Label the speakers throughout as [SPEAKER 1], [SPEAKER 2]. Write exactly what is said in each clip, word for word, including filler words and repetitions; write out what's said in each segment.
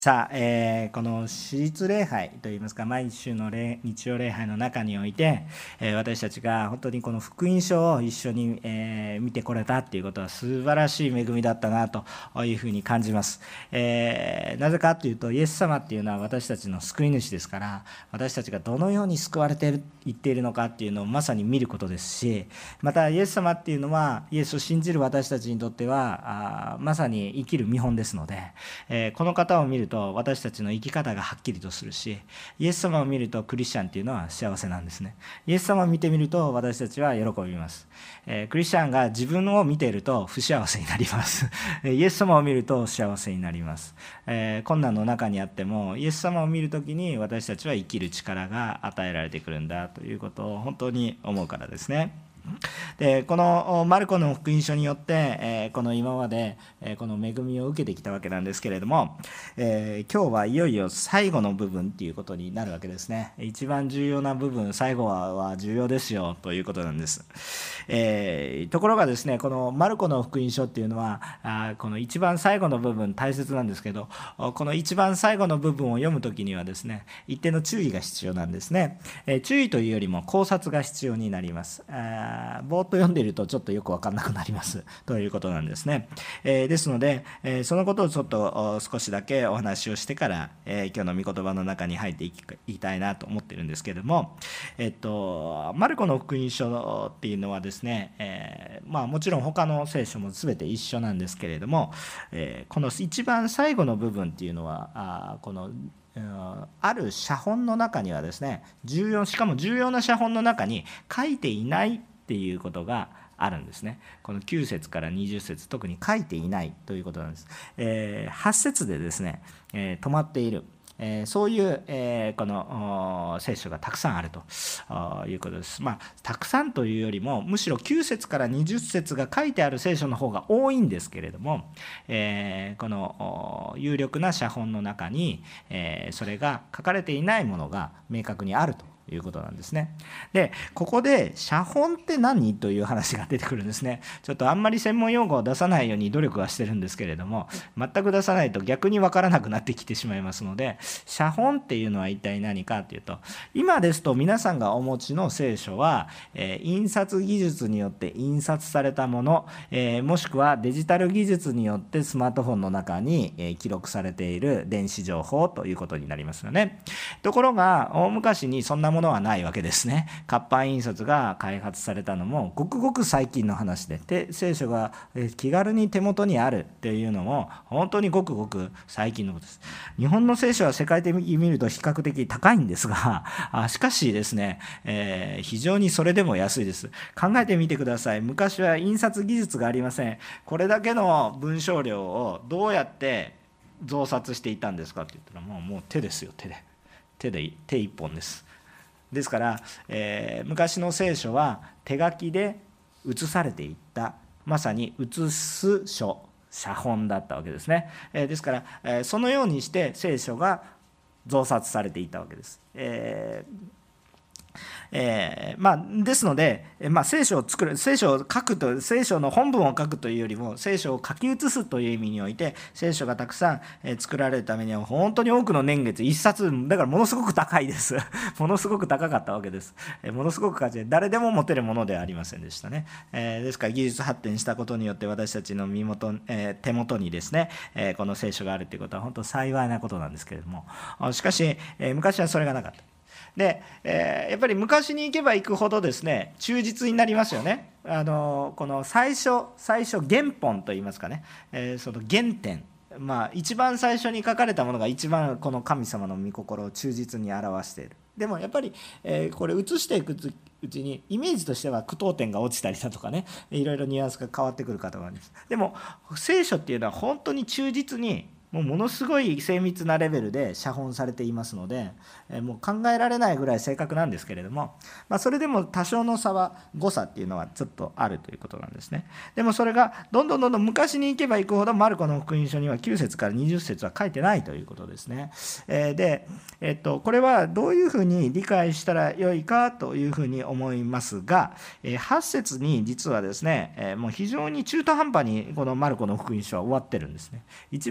[SPEAKER 1] さあ、えーこの私立礼拝といいますか、毎週の礼日曜礼拝の中において、えー私たちが本当にこの福音書を一緒に、えー見てこれたっていうことは素晴らしい恵みだったなというふうに感じます。えーなぜかというと、イエス様っていうのは私たちの救い主ですから、私たちがどのように救われていっているのかっていうのをまさに見ることですし、またイエス様っていうのは、イエスを信じる私たちにとってはあーまさに生きる見本ですので、えーこの方を見ると私たちの生き方がはっきりとするし、イエス様を見るとクリスチャンっていうのは幸せなんですね。イエス様を見てみると私たちは喜びます。えークリスチャンが自分を見ていると不幸せになりますイエス様を見ると幸せになります。えー困難の中にあってもイエス様を見るときに私たちは生きる力が与えられてくるんだということを本当に思うからですね。でこのマルコの福音書によって、えーこの今まで、えーこの恵みを受けてきたわけなんですけれども、えー今日はいよいよ最後の部分っていうことになるわけですね。一番重要な部分、最後はは重要ですよということなんです。えーところがですね、このマルコの福音書っていうのはあーこの一番最後の部分大切なんですけど、この一番最後の部分を読むときにはですね、一定の注意が必要なんですね。えー注意というよりも考察が必要になります。あーぼーっと読んでいるとちょっとよく分かんなくなりますということなんですね。えーですので、えーそのことをちょっとお少しだけお話をしてから、えー今日の御言葉の中に入っていきいきたいなと思っているんですけれども、えっとマルコの福音書っていうのはですね、えーまあ、もちろん他の聖書も全て一緒なんですけれども、えーこの一番最後の部分っていうのはあーこのうんある写本の中にはですね、重要しかも重要な写本の中に書いていないっていうことがあるんですね。このきゅう節からにじゅっ節、特に書いていないということなんです。えーはち節でですね、えー止まっている、えーそういう、えーこのお聖書がたくさんあるとあーいうことです。まあ、たくさんというよりも、むしろきゅう節からにじゅっ節が書いてある聖書の方が多いんですけれども、えーこのお有力な写本の中に、えーそれが書かれていないものが明確にあるということなんですね。で、ここで写本って何という話が出てくるんですね。ちょっとあんまり専門用語を出さないように努力はしてるんですけれども、全く出さないと逆に分からなくなってきてしまいますので、写本っていうのは一体何かというと、今ですと皆さんがお持ちの聖書は、えー印刷技術によって印刷されたもの、えーもしくはデジタル技術によってスマートフォンの中に、えー記録されている電子情報ということになりますよね。ところが大昔にそんなものはないわけですね。活版印刷が開発されたのもごくごく最近の話で、で聖書がえー気軽に手元にあるっていうのも本当にごくごく最近のことです。日本の聖書は世界的に見ると比較的高いんですが、あしかしですね、えー非常にそれでも安いです。考えてみてください。昔は印刷技術がありません。これだけの文章量をどうやって増刷していたんですかって言ったら、もうもう手ですよ、手で手で手一本です。ですから、えー昔の聖書は手書きで写されていった、まさに写す書、写本だったわけですね。えーですから、えーそのようにして聖書が増刷されていたわけです。えーえーまあ、ですので、えーまあ、聖書を作る、聖書を書くと、聖書の本文を書くというよりも、聖書を書き写すという意味において、聖書がたくさんえー作られるためには、本当に多くの年月、一冊、だからものすごく高いです。ものすごく高かったわけです。えーものすごく価値で、誰でも持てるものではありませんでしたね。えーですから、技術発展したことによって、私たちの身元、えー手元にですね、えーこの聖書があるということは、本当幸いなことなんですけれども、あしかし、えー昔はそれがなかった。で、えーやっぱり昔に行けば行くほどですね、忠実になりますよね。あのこの最初最初原本といいますかね、えーその原点、まあ、一番最初に書かれたものが一番この神様の御心を忠実に表している。でもやっぱり、えーこれ移していくうちにイメージとしては句読点が落ちたりだとかね、いろいろニュアンスが変わってくる方があります。でも聖書っていうのは本当に忠実に、もうものすごい精密なレベルで写本されていますので、えーもう考えられないぐらい正確なんですけれども、まあ、それでも多少の差は誤差っていうのはちょっとあるということなんですね。でもそれがどんどんどんどん昔に行けば行くほど、マルコの福音書にはきゅう節からにじゅっ節は書いてないということですね。えーで、えっと、これはどういうふうに理解したらよいかというふうに思いますが、えーはち節に実はですね、えーもう非常に中途半端にこのマルコの福音書は終わってるんですね。一番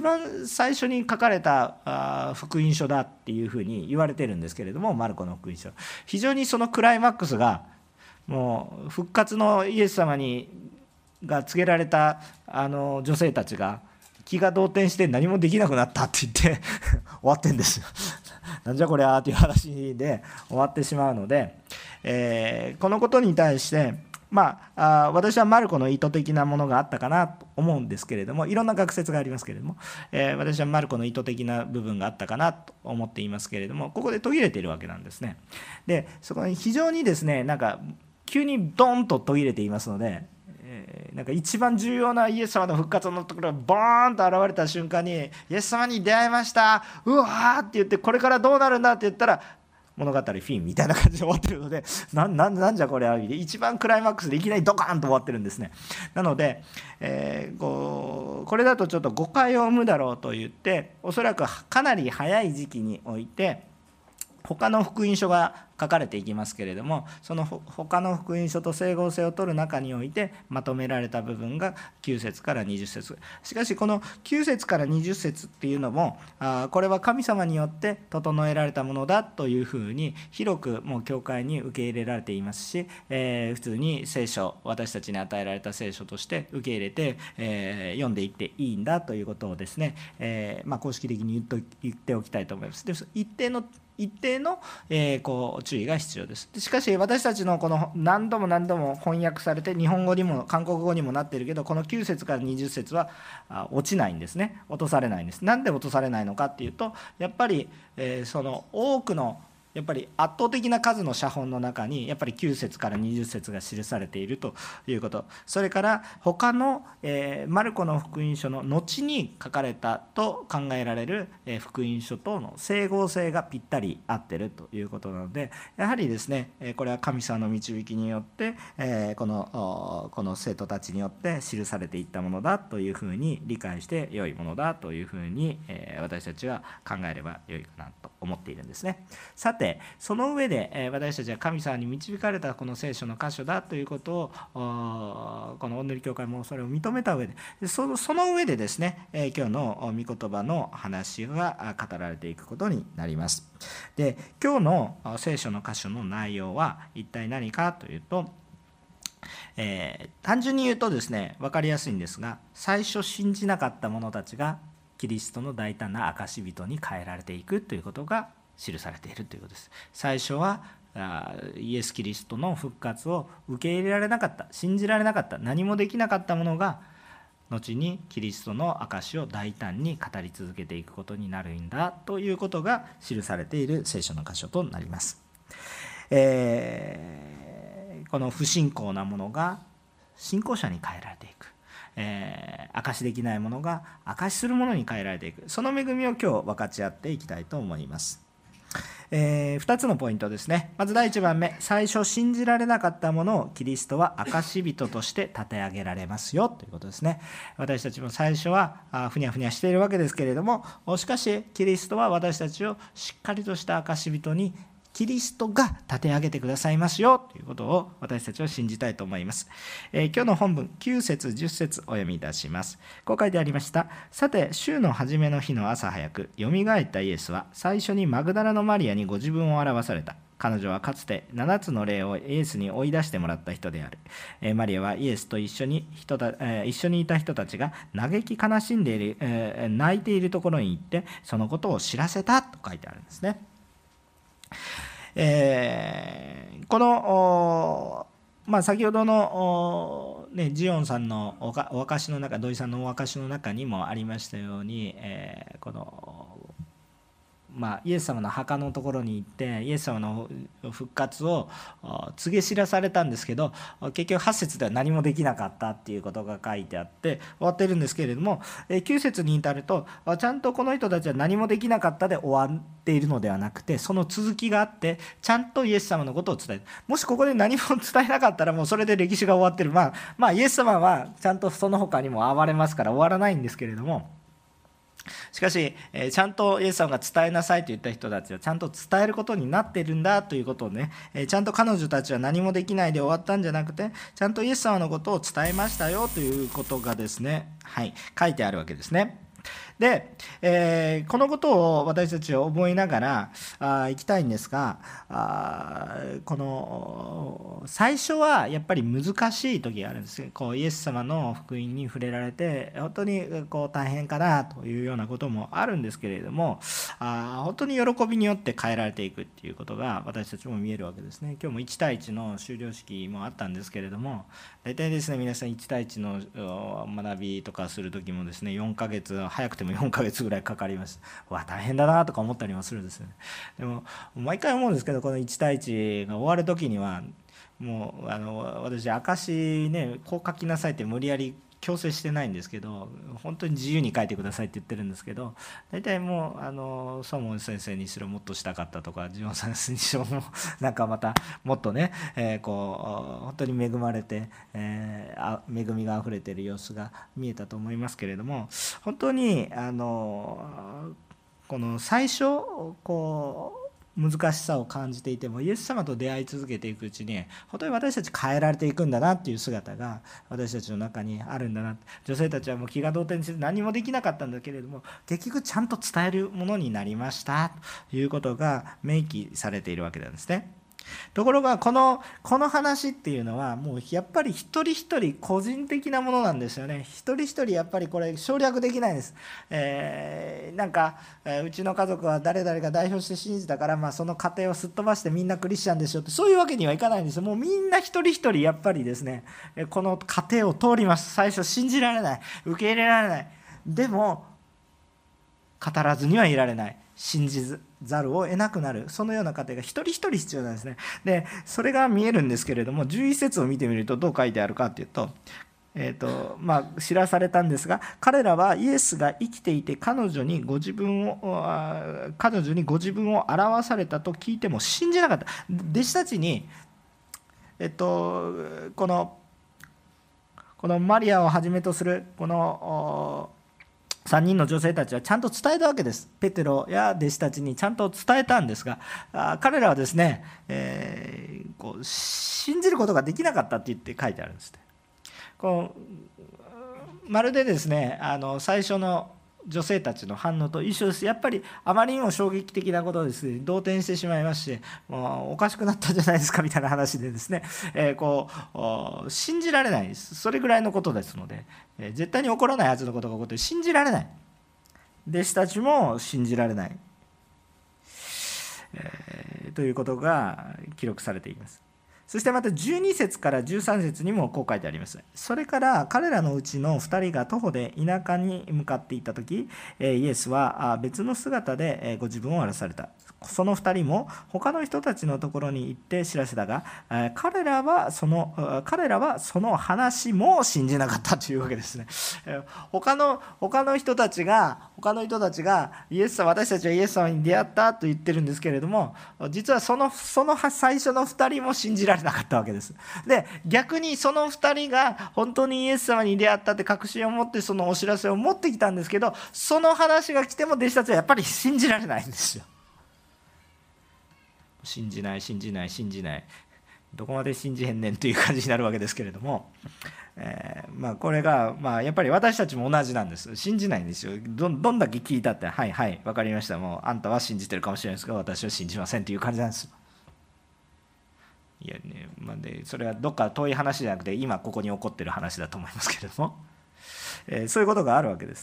[SPEAKER 1] 最初に書かれたあ福音書だっていうふうに言われてるんですけれども、マルコの福音書、非常にそのクライマックスがもう復活のイエス様にが告げられたあの女性たちが気が動転して何もできなくなったって言って終わってるんですよ。なんじゃこりゃーっていう話で終わってしまうので、えー、このことに対してまあ、あ私はマルコの意図的なものがあったかなと思うんですけれども、いろんな学説がありますけれども、えー、私はマルコの意図的な部分があったかなと思っていますけれども、ここで途切れているわけなんですね。でそこに非常にですね、なんか急にドーンと途切れていますので、えー、なんか一番重要なイエス様の復活のところがボーンと現れた瞬間に、イエス様に出会いました、うわーって言って、これからどうなるんだって言ったら物語フィンみたいな感じで終わってるので、な, な, なんじゃこれは一番クライマックスでいきなりドカーンと終わってるんですね。なので、えー、こうこれだとちょっと誤解を生むだろうと言って、おそらくかなり早い時期において他の福音書が書かれていきますけれども、その他の福音書と整合性を取る中においてまとめられた部分がきゅう節からにじゅっ節。しかしこのきゅう節からにじゅっ節っていうのも、あこれは神様によって整えられたものだというふうに広くもう教会に受け入れられていますし、えー、普通に聖書、私たちに与えられた聖書として受け入れて、えー、読んでいっていいんだということをですね、えーまあ、公式的に言っと言っておきたいと思います。で一定の一定の、えー、こう注意が必要です。しかし私たちのこの何度も何度も翻訳されて日本語にも韓国語にもなっているけど、このきゅう節からにじゅっ節は落ちないんですね。落とされないんです。なんで落とされないのかっていうと、やっぱり、えー、その多くのやっぱり圧倒的な数の写本の中にやっぱりきゅう節からにじゅっ節が記されているということ、それから他の、えー、マルコの福音書の後に書かれたと考えられる、えー、福音書との整合性がぴったり合っているということなので、やはりですね、これは神様の導きによって、えー、このこの生徒たちによって記されていったものだというふうに理解して良いものだというふうに、えー、私たちは考えれば良いかなと思っているんですね。さてその上で、えー、私たちは神様に導かれたこの聖書の箇所だということを、このおんぬり教会もそれを認めた上で、その、その上でですね、えー、今日の御言葉の話が語られていくことになります。で今日の聖書の箇所の内容は一体何かというと、えー、単純に言うとですね、分かりやすいんですが、最初信じなかった者たちがキリストの大胆な証人に変えられていくということが記されているということです。最初はイエス・キリストの復活を受け入れられなかった、信じられなかった、何もできなかった者が後にキリストの証を大胆に語り続けていくことになるんだということが記されている聖書の箇所となります。えー、この不信仰なものが信仰者に変えられていく、えー、証しできないものが証しするものに変えられていく、その恵みを今日分かち合っていきたいと思います。えー、ふたつのポイントですね。まずだいいちばんめ、最初信じられなかったものをキリストは証人として立て上げられますよということですね。私たちも最初はふにゃふにゃしているわけですけれども、しかしキリストは私たちをしっかりとした証人にキリストが立て上げてくださいますよということを私たちは信じたいと思います。えー、今日の本文きゅう節じゅっ節お読みいたします。こう書いてありました。さて週の初めの日の朝早く、よみがえったイエスは最初にマグダラのマリアにご自分を表された。彼女はかつてななつの霊をイエスに追い出してもらった人である。えー、マリアはイエスと一緒に人た、えー、一緒にいた人たちが嘆き悲しんでいる、えー、泣いているところに行ってそのことを知らせたと書いてあるんですね。えー、この、まあ、先ほどの、ね、ジオンさんのお証しの中、土井さんのお証しの中にもありましたように、えー、このまあ、イエス様の墓のところに行ってイエス様の復活を告げ知らされたんですけど、結局はち節では何もできなかったっていうことが書いてあって終わってるんですけれども、きゅう節に至るとちゃんとこの人たちは何もできなかったで終わっているのではなくて、その続きがあってちゃんとイエス様のことを伝える。もしここで何も伝えなかったらもうそれで歴史が終わってる。まあ、まあイエス様はちゃんとその他にも憐れますから終わらないんですけれども、しかし、えー、ちゃんとイエス様が伝えなさいと言った人たちはちゃんと伝えることになっているんだということをね、えー、ちゃんと彼女たちは何もできないで終わったんじゃなくて、ちゃんとイエス様のことを伝えましたよということがですね、はい、書いてあるわけですね。 で、えーこのことを私たちは覚えながらあいきたいんですが、あこの最初はやっぱり難しい時があるんです。こうイエス様の福音に触れられて本当にこう大変かなというようなこともあるんですけれども、あ本当に喜びによって変えられていくっていうことが私たちも見えるわけですね。今日もいち対いちの修了式もあったんですけれども、大体ですね、皆さんいち対いちの学びとかする時もですね、よんかげつ、早くてもよんかげつぐらいかかります。うわ大変だなとか思ったりもするんですよね。でも毎回思うんですけど、このいち対いちが終わる時にはもうあの私証ねこう書きなさいって無理やり強制してないんですけど、本当に自由に書いてくださいって言ってるんですけど、大体もうあのソモン先生にしろもっとしたかったとか、ジオン先生にしろもなんかまたもっとね、えー、こう本当に恵まれて、えー、あ恵みがあふれている様子が見えたと思いますけれども、本当にあのこの最初こう難しさを感じていても、イエス様と出会い続けていくうちに本当に私たち変えられていくんだなっていう姿が私たちの中にあるんだな。女性たちはもう気が動転して何もできなかったんだけれども、結局ちゃんと伝えるものになりましたということが明記されているわけなんですね。ところがこのこの話っていうのはもうやっぱり一人一人個人的なものなんですよね。一人一人やっぱりこれ省略できないんです。えー、なんか、えー、うちの家族は誰々が代表して信じたから、まあ、その家庭をすっ飛ばしてみんなクリスチャンでしょって、そういうわけにはいかないんですよ。もうみんな一人一人やっぱりですね、この過程を通ります。最初信じられない、受け入れられない、でも語らずにはいられない、信じざるを得なくなる、そのような過程が一人一人必要なんですね。でそれが見えるんですけれども、じゅういち節を見てみるとどう書いてあるかというと、えーとまあ、知らされたんですが、彼らはイエスが生きていて彼女にご自分を彼女にご自分を表されたと聞いても信じなかった。弟子たちに、えっと、このこのマリアをはじめとするこのさんにんの女性たちはちゃんと伝えたわけです。ペテロや弟子たちにちゃんと伝えたんですが、彼らはですね、えー、こう信じることができなかったって言って書いてあるんです。こうまるでですね、あの最初の女性たちの反応と一緒です。やっぱりあまりにも衝撃的なことですね、動転してしまいまして、もうおかしくなったんじゃないですかみたいな話でですね、えー、こう信じられないです。それぐらいのことですので、えー、絶対に起こらないはずのことが起こって信じられない。弟子たちも信じられない、えー、ということが記録されています。そしてまたじゅうに節からじゅうさん節にもこう書いてあります。それから彼らのうちのふたりが徒歩で田舎に向かっていったとき、イエスは別の姿でご自分を表された。そのふたりも他の人たちのところに行って知らせたが、彼らはその彼らはその話も信じなかったというわけですね。他の他の人たちが他の人たちがイエス様、私たちはイエス様に出会ったと言ってるんですけれども、実はそのその最初のふたりも信じられなかったわけです。で、逆にそのふたりが本当にイエス様に出会ったって確信を持ってそのお知らせを持ってきたんですけど、その話が来ても弟子たちはやっぱり信じられないんですよ。信じない信じない信じない、どこまで信じへんねんという感じになるわけですけれども、えー、まあこれが、まあ、やっぱり私たちも同じなんです。信じないんですよ。 ど, どんだけ聞いたってはいはい分かりました、もうあんたは信じてるかもしれないですが私は信じませんという感じなんです。いやね、まあ、でそれはどっか遠い話じゃなくて今ここに起こってる話だと思いますけれども、えー、そういうことがあるわけです。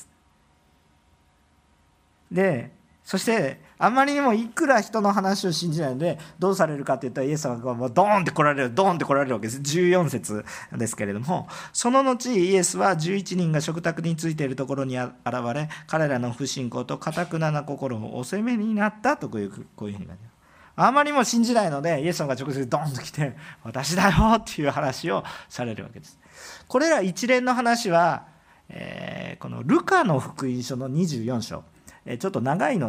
[SPEAKER 1] でそしてあまりにもいくら人の話を信じないのでどうされるかといったら、イエス様がもうドーンって来られるドーンって来られるわけです。じゅうよん節ですけれども、その後イエスはじゅういちにんが食卓についているところに現れ、彼らの不信仰と堅な心をお責めになったとこういうこういうふうになります。あまりにも信じないのでイエス様が直接ドーンと来て私だよっていう話をされるわけです。これら一連の話は、えー、このルカの福音書のにじゅうよん章、ちょっと長いので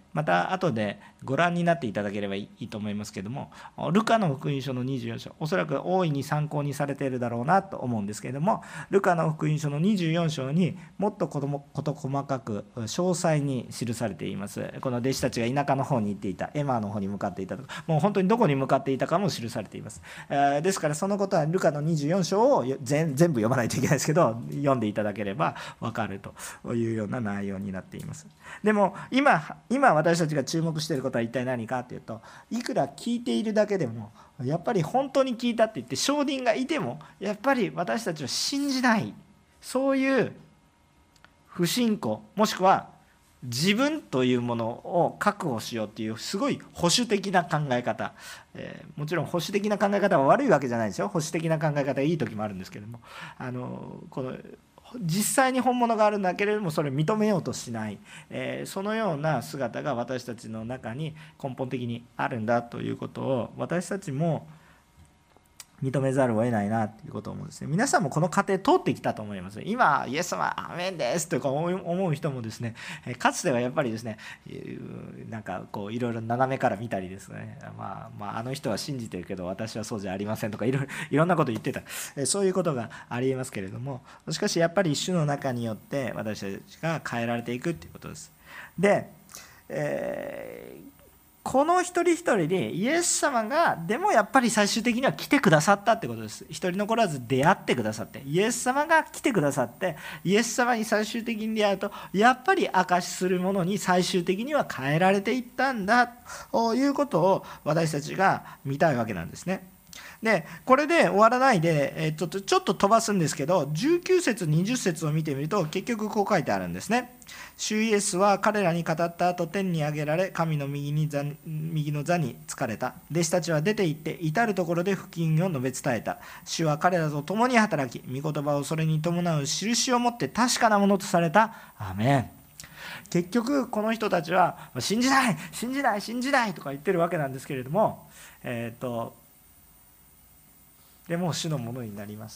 [SPEAKER 1] また後でご覧になっていただければいいと思いますけれども、ルカの福音書のにじゅうよん章、おそらく大いに参考にされているだろうなと思うんですけれども、ルカの福音書のにじゅうよん章にもっと事細かく詳細に記されています。この弟子たちが田舎の方に行っていた、エマの方に向かっていたとか、もう本当にどこに向かっていたかも記されています。ですからそのことはルカのにじゅうよん章を全部読まないといけないですけど、読んでいただければ分かるというような内容になっています。でも今今私たちが注目していることは一体何かというと、いくら聞いているだけでもやっぱり本当に聞いたって言って証人がいてもやっぱり私たちは信じない、そういう不信仰、もしくは自分というものを確保しようっていうすごい保守的な考え方、えー、もちろん保守的な考え方は悪いわけじゃないですよ。保守的な考え方はいい時もあるんですけれども、あのこの実際に本物があるんだけれどもそれを認めようとしない、えー、そのような姿が私たちの中に根本的にあるんだということを私たちも認めざるを得ないなということを思うんですね。皆さんもこの過程通ってきたと思います。今イエス様アーメンですとか思う人もですね、かつてはやっぱりですね、なんかこういろいろ斜めから見たりですね、まあ、まああの人は信じてるけど私はそうじゃありませんとかいろいろいろんなこと言ってた、そういうことがありえますけれども、しかしやっぱり主の中によって私たちが変えられていくということです。で、えーこの一人一人でイエス様がでもやっぱり最終的には来てくださったってことです。一人残らず出会ってくださって、イエス様が来てくださって、イエス様に最終的に出会うとやっぱり証しするものに最終的には変えられていったんだということを私たちが見たいわけなんですね。でこれで終わらないで、えちょっとちょっと飛ばすんですけど、じゅうきゅう節にじゅう節を見てみると結局こう書いてあるんですね。主イエスは彼らに語った後天に上げられ、神の右に座右の座に就かれた。弟子たちは出て行って至るところで福音を述べ伝えた。主は彼らと共に働き、御言葉をそれに伴う印をもって確かなものとされた。アーメン。結局この人たちは信じない信じない信じないとか言ってるわけなんですけれども、えっとでも主のものになります。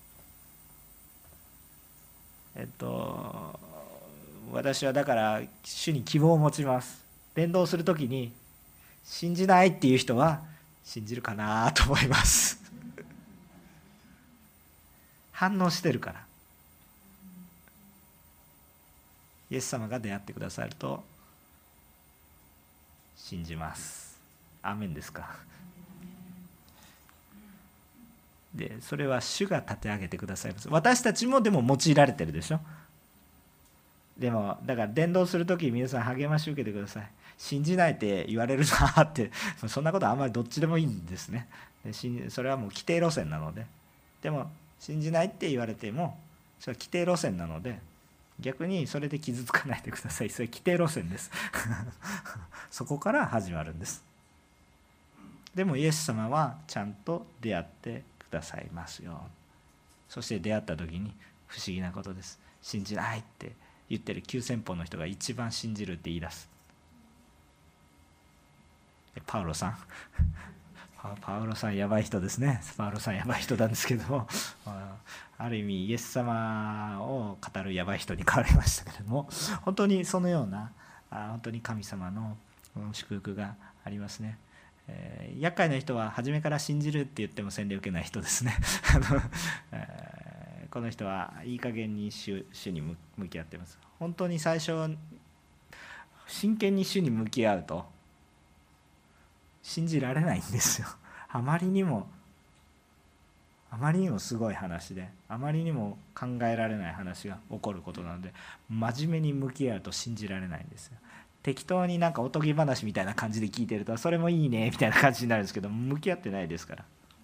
[SPEAKER 1] えっと私はだから主に希望を持ちます。伝道するときに信じないっていう人は信じるかなと思います反応してるから。イエス様が出会ってくださると信じます。アーメンですか。でそれは主が立て上げてくださいます。私たちもでも用いられてるでしょ。でもだから伝道するとき皆さん励まし受けてください。信じないって言われるなってそんなことはあんまりどっちでもいいんですね。でそれはもう規定路線なので。でも信じないって言われてもそれは規定路線なので、逆にそれで傷つかないでください。それ規定路線ですそこから始まるんです。でもイエス様はちゃんと出会ってくださいますよ。そして出会った時に不思議なことです。信じないって言ってるきゅうせん歩の人が一番信じるって言い出す。パウロさんパウロさんやばい人ですね。パウロさんやばい人なんですけども、ある意味イエス様を語るやばい人に変わりましたけれども、本当にそのような本当に神様の祝福がありますね。えー、厄介な人は初めから信じるって言っても洗礼受けない人ですねあの、えー、この人はいい加減に 主, 主に向き合っています。本当に最初真剣に主に向き合うと信じられないんですよ。あまりにもあまりにもすごい話で、あまりにも考えられない話が起こることなので、真面目に向き合うと信じられないんですよ。適当になんかおとぎ話みたいな感じで聞いてるとそれもいいねみたいな感じになるんですけど、向き合ってないですから。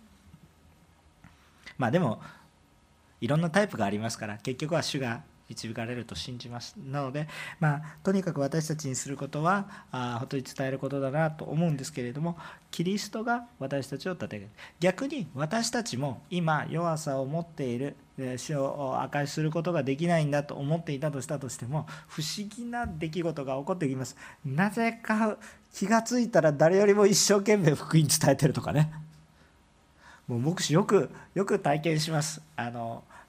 [SPEAKER 1] まあでもいろんなタイプがありますから、結局は主が導かれると信じます。なのでまあとにかく私たちにすることはあ本当に伝えることだなと思うんですけれども、キリストが私たちを立て上げる。逆に私たちも今弱さを持っている、主を証しすることができないんだと思っていたとしたとしても、不思議な出来事が起こってきます。なぜか気がついたら誰よりも一生懸命福音伝えてるとかね。もう僕よくよく体験します。あの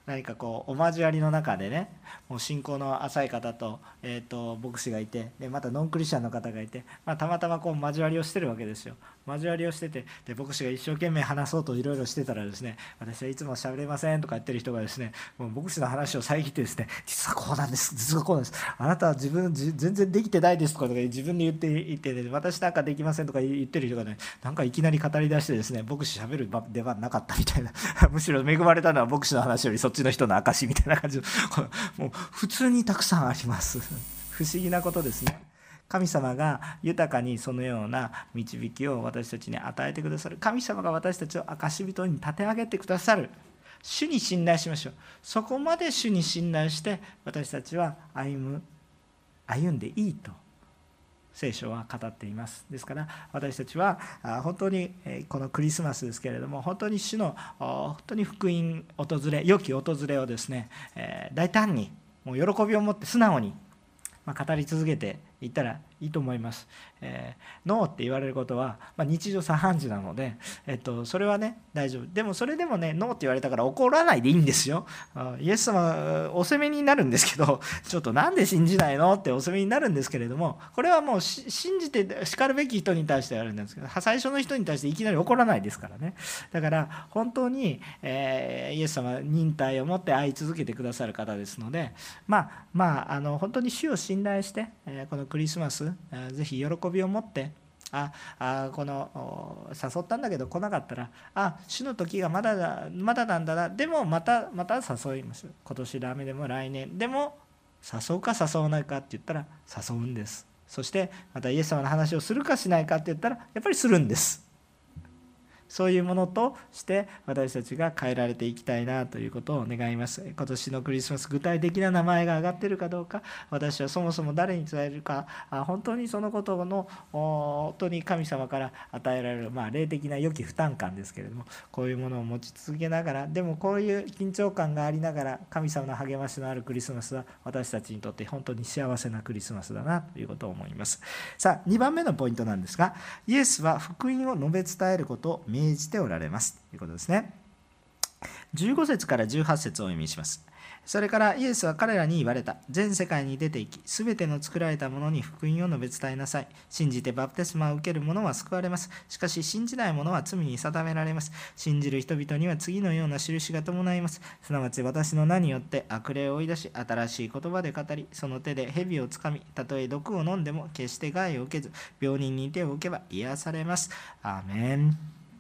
[SPEAKER 1] 何かこうお交わりの中でね、もう信仰の浅い方と、えー、と牧師がいて、でまたノンクリスチャンの方がいて、まあ、たまたまこう交わりをしてるわけですよ。交わりをしてて、で牧師が一生懸命話そうといろいろしてたらですね、私はいつも喋れませんとか言ってる人がですね、もう牧師の話を遮ってですね、実はこうなんです、実はこうなんです、あなたは自分全然できてないですとか自分で言っていて、ね、私なんかできませんとか言ってる人がね、なんかいきなり語り出してですね、牧師喋る出番なかったみたいなむしろ恵まれたのは牧師の話よりそっちの人の証みたいな感じのもう普通にたくさんあります不思議なことですね。神様が豊かにそのような導きを私たちに与えてくださる。神様が私たちを証人に立て上げてくださる。主に信頼しましょう。そこまで主に信頼して私たちは歩む歩んでいいと聖書は語っています。ですから私たちは本当にこのクリスマスですけれども、本当に主の本当に福音訪れ、良き訪れをですね、大胆にもう喜びを持って素直に語り続けていったらいいと思います。えー、ノーって言われることは、まあ、日常茶飯事なので、えっと、それはね大丈夫。でもそれでもねノーって言われたから怒らないでいいんですよ。イエス様お責めになるんですけど、ちょっとなんで信じないのってお責めになるんですけれども、これはもう信じてしかるべき人に対してあるんですけど、最初の人に対していきなり怒らないですからね。だから本当に、えー、イエス様は忍耐を持って愛い続けてくださる方ですので、まあまああの本当に主を信頼して、えー、このクリスマスぜひ喜びを持って、ああこの誘ったんだけど来なかったら、あ主の時がまだだまだなんだな、でもまたまた誘います。今年ダメでも来年でも誘うか誘わないかって言ったら誘うんです。そしてまたイエス様の話をするかしないかって言ったらやっぱりするんです。そういうものとして私たちが変えられていきたいなということを願います。今年のクリスマス、具体的な名前が挙がっているかどうか、私はそもそも誰に伝えるか、本当にそのことの本当に神様から与えられる、まあ、霊的な良き負担感ですけれども、こういうものを持ち続けながら、でもこういう緊張感がありながら神様の励ましのあるクリスマスは私たちにとって本当に幸せなクリスマスだなということを思います。さあにばんめのポイントなんですが、イエスは福音を述べ伝えることを命じておられますということですね。じゅうご節からじゅうはち節をお読みします。それからイエスは彼らに言われた。全世界に出て行き、すべての作られたものに福音を述べ伝えなさい。信じてバプテスマを受ける者は救われます。しかし信じない者は罪に定められます。信じる人々には次のような印が伴います。すなわち私の名によって悪霊を追い出し、新しい言葉で語り、その手で蛇をつかみ、たとえ毒を飲んでも決して害を受けず、病人に手を置けば癒されます。アーメン。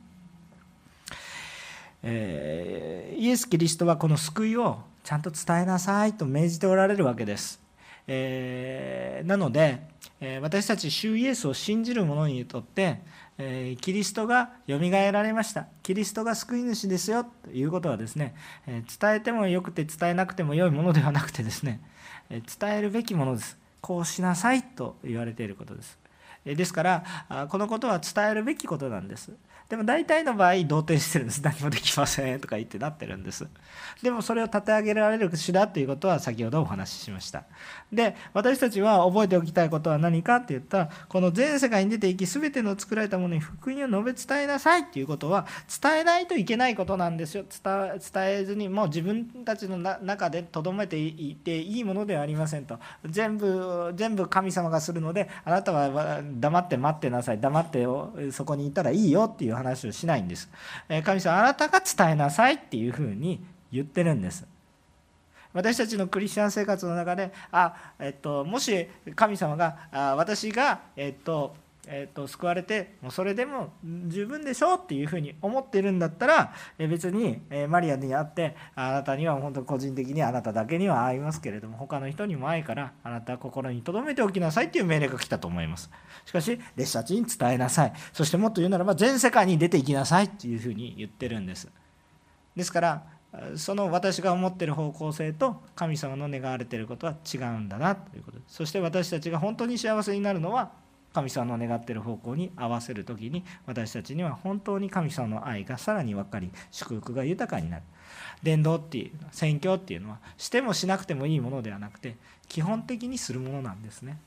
[SPEAKER 1] えー、イエス・キリストはこの救いをちゃんと伝えなさいと命じておられるわけです。えー、なので、えー、私たち主イエスを信じる者にとって、えー、キリストがよみがえられました、キリストが救い主ですよということはですね、えー、伝えてもよくて伝えなくてもよいものではなくてですね、えー、伝えるべきものです。こうしなさいと言われていることです。ですからこのことは伝えるべきことなんです。でも大体の場合動転してるんです。何もできませんとか言ってなってるんです。でもそれを立て上げられる主だということは先ほどお話ししました。で私たちは覚えておきたいことは何かって言ったら、この全世界に出ていき全ての作られたものに福音を述べ伝えなさいっていうことは伝えないといけないことなんですよ。伝えずにもう自分たちの中でとどめていていいものではありませんと。全部全部神様がするのであなたは黙って待ってなさい、黙ってそこにいたらいいよっていう話をしないんです。神様あなたが伝えなさいっていうふうに言ってるんです。私たちのクリスチャン生活の中であ、えっと、もし神様があ私が、えっとえっと、救われてもうそれでも十分でしょうっていうふうに思っているんだったら、別にマリアに会ってあなたには本当個人的にあなただけには会いますけれども他の人にも会いからあなたは心に留めておきなさいっていう命令が来たと思います。しかし弟子たちに伝えなさい、そしてもっと言うならば全世界に出ていきなさいっていうふうに言ってるんです。ですからその私が思っている方向性と神様の願われていることは違うんだなということです。そして私たちが本当に幸せになるのは神様の願っている方向に合わせるときに、私たちには本当に神様の愛がさらに分かり祝福が豊かになる。伝道っていう宣教っていうのはしてもしなくてもいいものではなくて基本的にするものなんですね。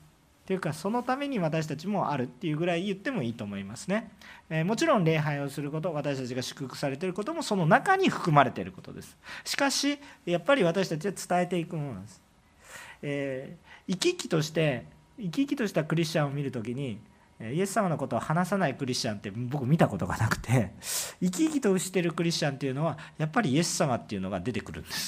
[SPEAKER 1] というか、そのために私たちもあるっていうぐらい言ってもいいと思いますね。えー、もちろん礼拝をすること、私たちが祝福されていることもその中に含まれていることです。しかしやっぱり私たちは伝えていくものです。えー、生き生きとして生き生きとしたクリスチャンを見るときに、イエス様のことを話さないクリスチャンって僕見たことがなくて、生き生きとしているクリスチャンっていうのはやっぱりイエス様っていうのが出てくるんです。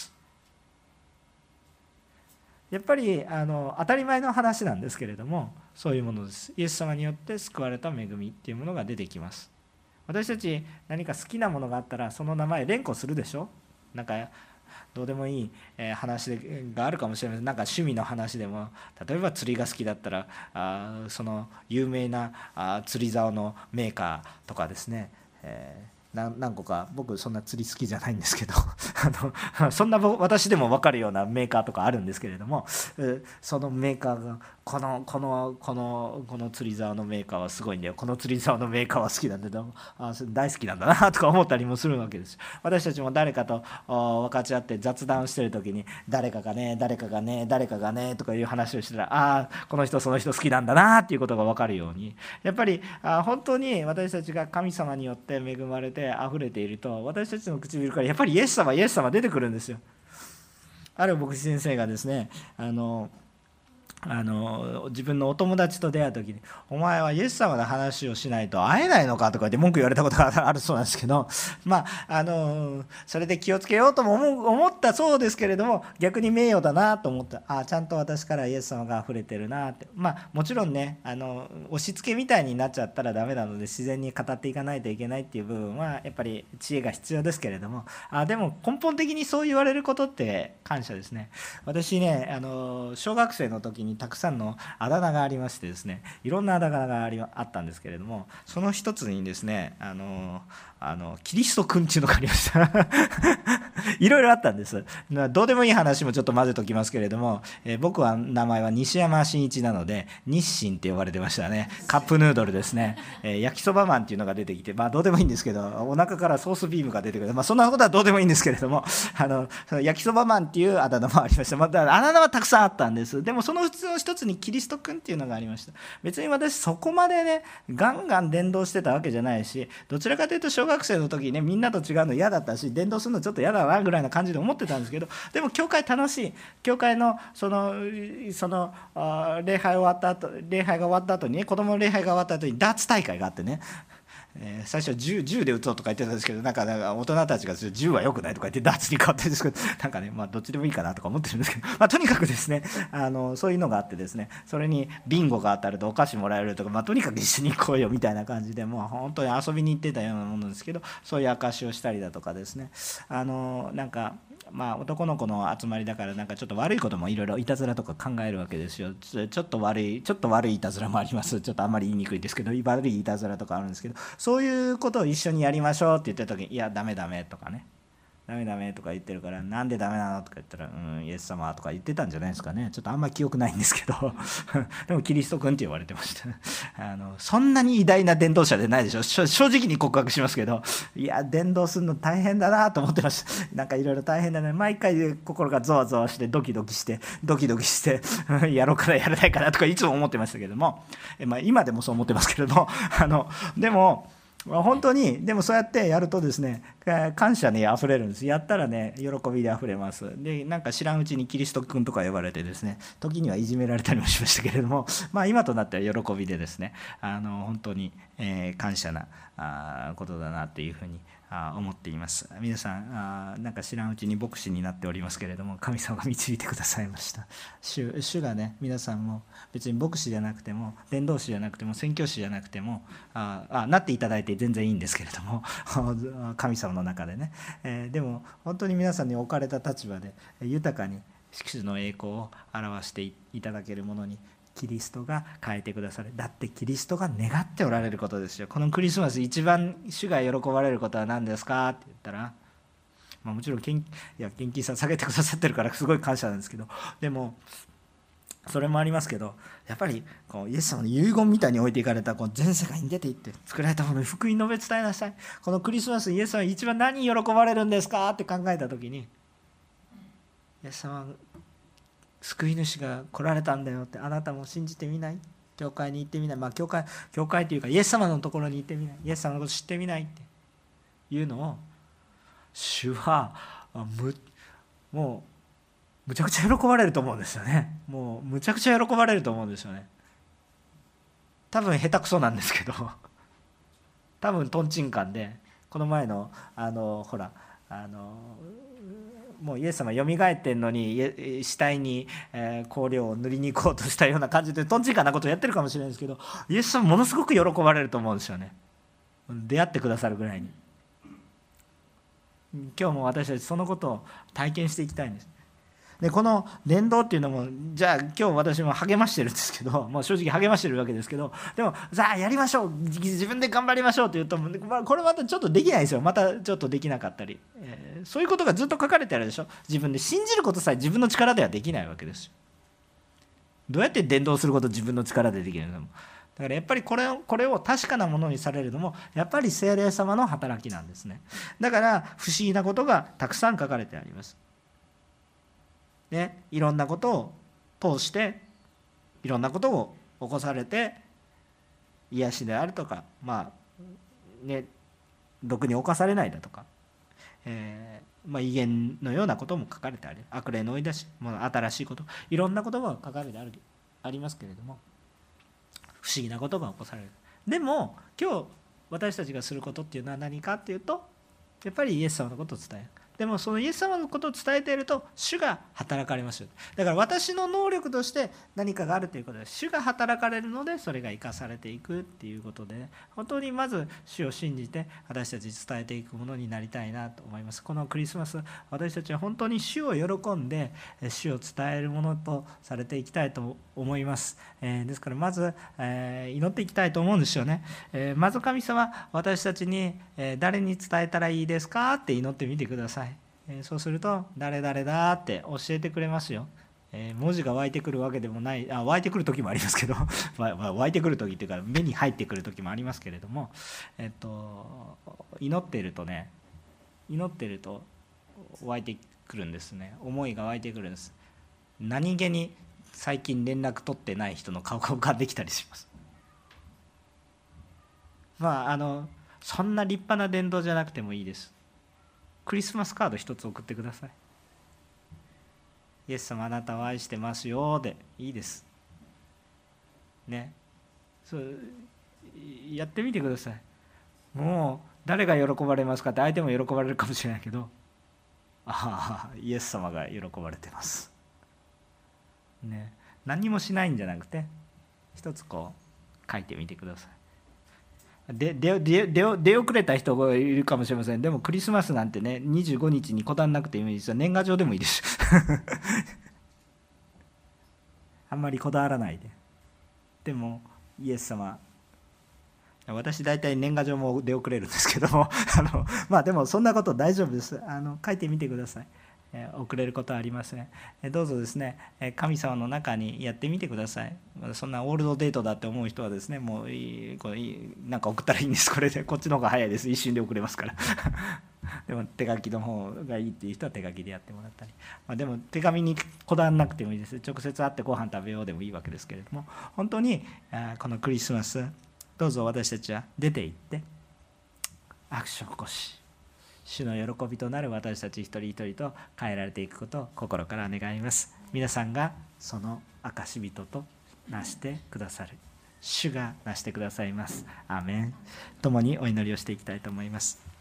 [SPEAKER 1] やっぱりあの当たり前の話なんですけれども、そういうものです。イエス様によって救われた恵みっていうものが出てきます。私たち何か好きなものがあったらその名前連呼するでしょ。なんかどうでもいい話があるかもしれません。なんか趣味の話でも、例えば釣りが好きだったら、あその有名なあ釣り竿のメーカーとかですね、えー何個か、僕そんな釣り好きじゃないんですけどあのそんな私でも分かるようなメーカーとかあるんですけれども、そのメーカーがこのこのこのこの釣り竿のメーカーはすごいんだよ、この釣り竿のメーカーは好きなんだよ、あ大好きなんだなとか思ったりもするわけです。私たちも誰かと分かち合って雑談してる時に、誰かがね誰かがね誰かがねとかいう話をしてたら、ああこの人その人好きなんだなっていうことが分かるように、やっぱりあ本当に私たちが神様によって恵まれて溢れていると、私たちの唇からやっぱりイエス様イエス様出てくるんですよ。ある牧師先生がですね、あのあの自分のお友達と出会う時に、お前はイエス様の話をしないと会えないのかとかって文句言われたことがあるそうなんですけど、まああのそれで気をつけようとも思ったそうですけれども、逆に名誉だなと思った。あちゃんと私からイエス様が溢れてるなって。まあもちろんね、あの押し付けみたいになっちゃったらダメなので、自然に語っていかないといけないっていう部分はやっぱり知恵が必要ですけれども、あでも根本的にそう言われることって感謝ですね。私ね、あの小学生の時にたくさんのあだ名がありましてですね、いろんなあだ名がありあったんですけれども、その一つにですね、あのあのキリスト君っていうのがありましたいろいろあったんです。どうでもいい話もちょっと混ぜときますけれども、えー、僕は名前は西山真一なので日清って呼ばれてましたね。カップヌードルですね、えー、焼きそばマンっていうのが出てきて、まあどうでもいいんですけど、お腹からソースビームが出てくる、まあそんなことはどうでもいいんですけれども、あの焼きそばマンっていうあだ名もありました。またあだ名はたくさんあったんです。でもその普通の一つにキリスト君っていうのがありました。別に私そこまでねガンガン伝道してたわけじゃないし、どちらかというと小学生の時ねみんなと違うの嫌だったし、伝道するのちょっと嫌だなぐらいな感じで思ってたんですけど、でも教会楽しい。教会のそのその礼拝終わった後礼拝が終わった後にね、子供の礼拝が終わった後にダーツ大会があってね、えー、最初は 銃, 銃で撃とうとか言ってたんですけど、なんか大人たちが銃は良くないとか言ってダーツに変わってるんですけど、なんかね、まあ、どっちでもいいかなとか思ってるんですけど、まあ、とにかくですね、あのそういうのがあってですね、それにビンゴが当たるとお菓子もらえるとか、まあ、とにかく一緒に行こうよみたいな感じで、もう本当に遊びに行ってたようなものですけど、そういう証しをしたりだとかですね、あのなんかまあ男の子の集まりだから、なんかちょっと悪いこともいろいろいたずらとか考えるわけですよ。ちょっと悪いちょっと悪いいたずらもあります。ちょっとあんまり言いにくいですけど、悪いいたずらとかあるんですけど、そういうことを一緒にやりましょうって言った時に、いやダメダメとかね、ダメダメとか言ってるから、なんでダメなのとか言ったら、うんイエス様とか言ってたんじゃないですかね。ちょっとあんまり記憶ないんですけどでもキリスト君って言われてましたあのそんなに偉大な伝道者でないでしょ。正直に告白しますけど、いや伝道するの大変だなと思ってました。なんかいろいろ大変だね。毎回心がゾワゾワしてドキドキしてドキドキしてやろうからやらないかなとかいつも思ってましたけども、え、まあ、今でもそう思ってますけれども、あのでも本当にでもそうやってやるとですね、感謝にあふれるんです。やったらね喜びであふれます。でなんか知らんうちにキリスト君とか呼ばれてですね、時にはいじめられたりもしましたけれども、まあ今となっては喜びでですね、あの本当に、えー、感謝なあことだなっていうふうにあ思っています。皆さんあなんか知らんうちに牧師になっておりますけれども、神様が導いてくださいました。 主, 主がね、皆さんも別に牧師じゃなくても伝道師じゃなくても宣教師じゃなくてもああなっていただいて全然いいんですけれども神様の中でね、えー、でも本当に皆さんに置かれた立場で豊かに主の栄光を表していただけるものにキリストが変えてくださる。だってキリストが願っておられることですよ。このクリスマス一番主が喜ばれることは何ですかって言ったら、まあ、もちろん献いや献金さ下げてくださってるからすごい感謝なんですけど、でもそれもありますけど、やっぱりこうイエス様の遺言みたいに置いていかれたこう全世界に出ていって作られたものに福音述べ伝えなさい。このクリスマスイエス様は一番何に喜ばれるんですかって考えた時に、イエス様救い主が来られたんだよって、あなたも信じてみない？ 教会に行ってみない、まあ教会教会というかイエス様のところに行ってみない、イエス様のこと知ってみないっていうのを主はむもうむちゃくちゃ喜ばれると思うんですよね。もうむちゃくちゃ喜ばれると思うんですよね。多分下手くそなんですけど多分とんちんかんで、この前のあのほらあのもうイエス様よみがえってんのに死体に香料を塗りに行こうとしたような感じでとんちんかんなことをやってるかもしれないですけど、イエス様ものすごく喜ばれると思うんですよね。出会ってくださるぐらいに。今日も私たちそのことを体験していきたいんです。でこの伝道っていうのも、じゃあ今日私も励ましてるんですけど、もう正直励ましてるわけですけど、でもさあやりましょう、自分で頑張りましょうって言うと、まあ、これまたちょっとできないですよ。またちょっとできなかったり、えー、そういうことがずっと書かれてあるでしょ。自分で信じることさえ自分の力ではできないわけですよ。どうやって伝道することを自分の力でできるのか。だからやっぱりこれをこれを確かなものにされるのもやっぱり聖霊様の働きなんですね。だから不思議なことがたくさん書かれてあります。ね、いろんなことを通していろんなことを起こされて、癒しであるとか、まあね、毒に侵されないだとか、えーまあ、威厳のようなことも書かれてある。悪霊の追い出し、まあ、新しいこと、いろんなことが書かれてあるありますけれども、不思議なことが起こされる。でも今日私たちがすることっていうのは何かっていうと、やっぱりイエス様のことを伝える。でもそのイエス様のことを伝えていると主が働かれますよ。だから私の能力として何かがあるということで、主が働かれるのでそれが生かされていくっていうことで、本当にまず主を信じて私たちに伝えていくものになりたいなと思います。このクリスマス、私たちは本当に主を喜んで主を伝えるものとされていきたいと思います。えー、ですからまず、えー、祈っていきたいと思うんですよね。えー、まず神様、私たちに、えー、誰に伝えたらいいですかって祈ってみてください。そうすると誰々だって教えてくれますよ。えー、文字が湧いてくるわけでもない、あ湧いてくる時もありますけど湧いてくる時っていうか目に入ってくる時もありますけれども、えっと祈っているとね祈っていると湧いてくるんですね。思いが湧いてくるんです。何気に最近連絡取ってない人の顔が浮かんできたりします。まああのそんな立派な伝道じゃなくてもいいです。クリスマスカード一つ送ってください。イエス様あなたを愛してますよでいいですね。そうやってみてください。もう誰が喜ばれますかって、相手も喜ばれるかもしれないけど、ああイエス様が喜ばれてますね。何もしないんじゃなくて一つこう書いてみてください。で出出出出遅れた人がいるかもしれません。でもクリスマスなんてね、にじゅうごにちにこだわらなくていいですよ。年賀状でもいいですあんまりこだわらないで。でもイエス様、私大体年賀状も出遅れるんですけどもあのまあでもそんなこと大丈夫です。あの書いてみてください。えー、遅れることはありません。えー、どうぞですね、神様の中にやってみてください。そんなオールドデートだって思う人はですね、もういいこれいいなんか送ったらいいんです。これでこっちの方が早いです。一瞬で送れますからでも手書きの方がいいっていう人は手書きでやってもらったり、まあ、でも手紙にこだわらなくてもいいです。直接会ってご飯食べようでもいいわけですけれども、本当にあこのクリスマスどうぞ私たちは出て行ってアクションを起こし、主の喜びとなる私たち一人一人と変えられていくことを心から願います。皆さんがその証人となしてくださる。主がなしてくださいます。アーメン。共にお祈りをしていきたいと思います。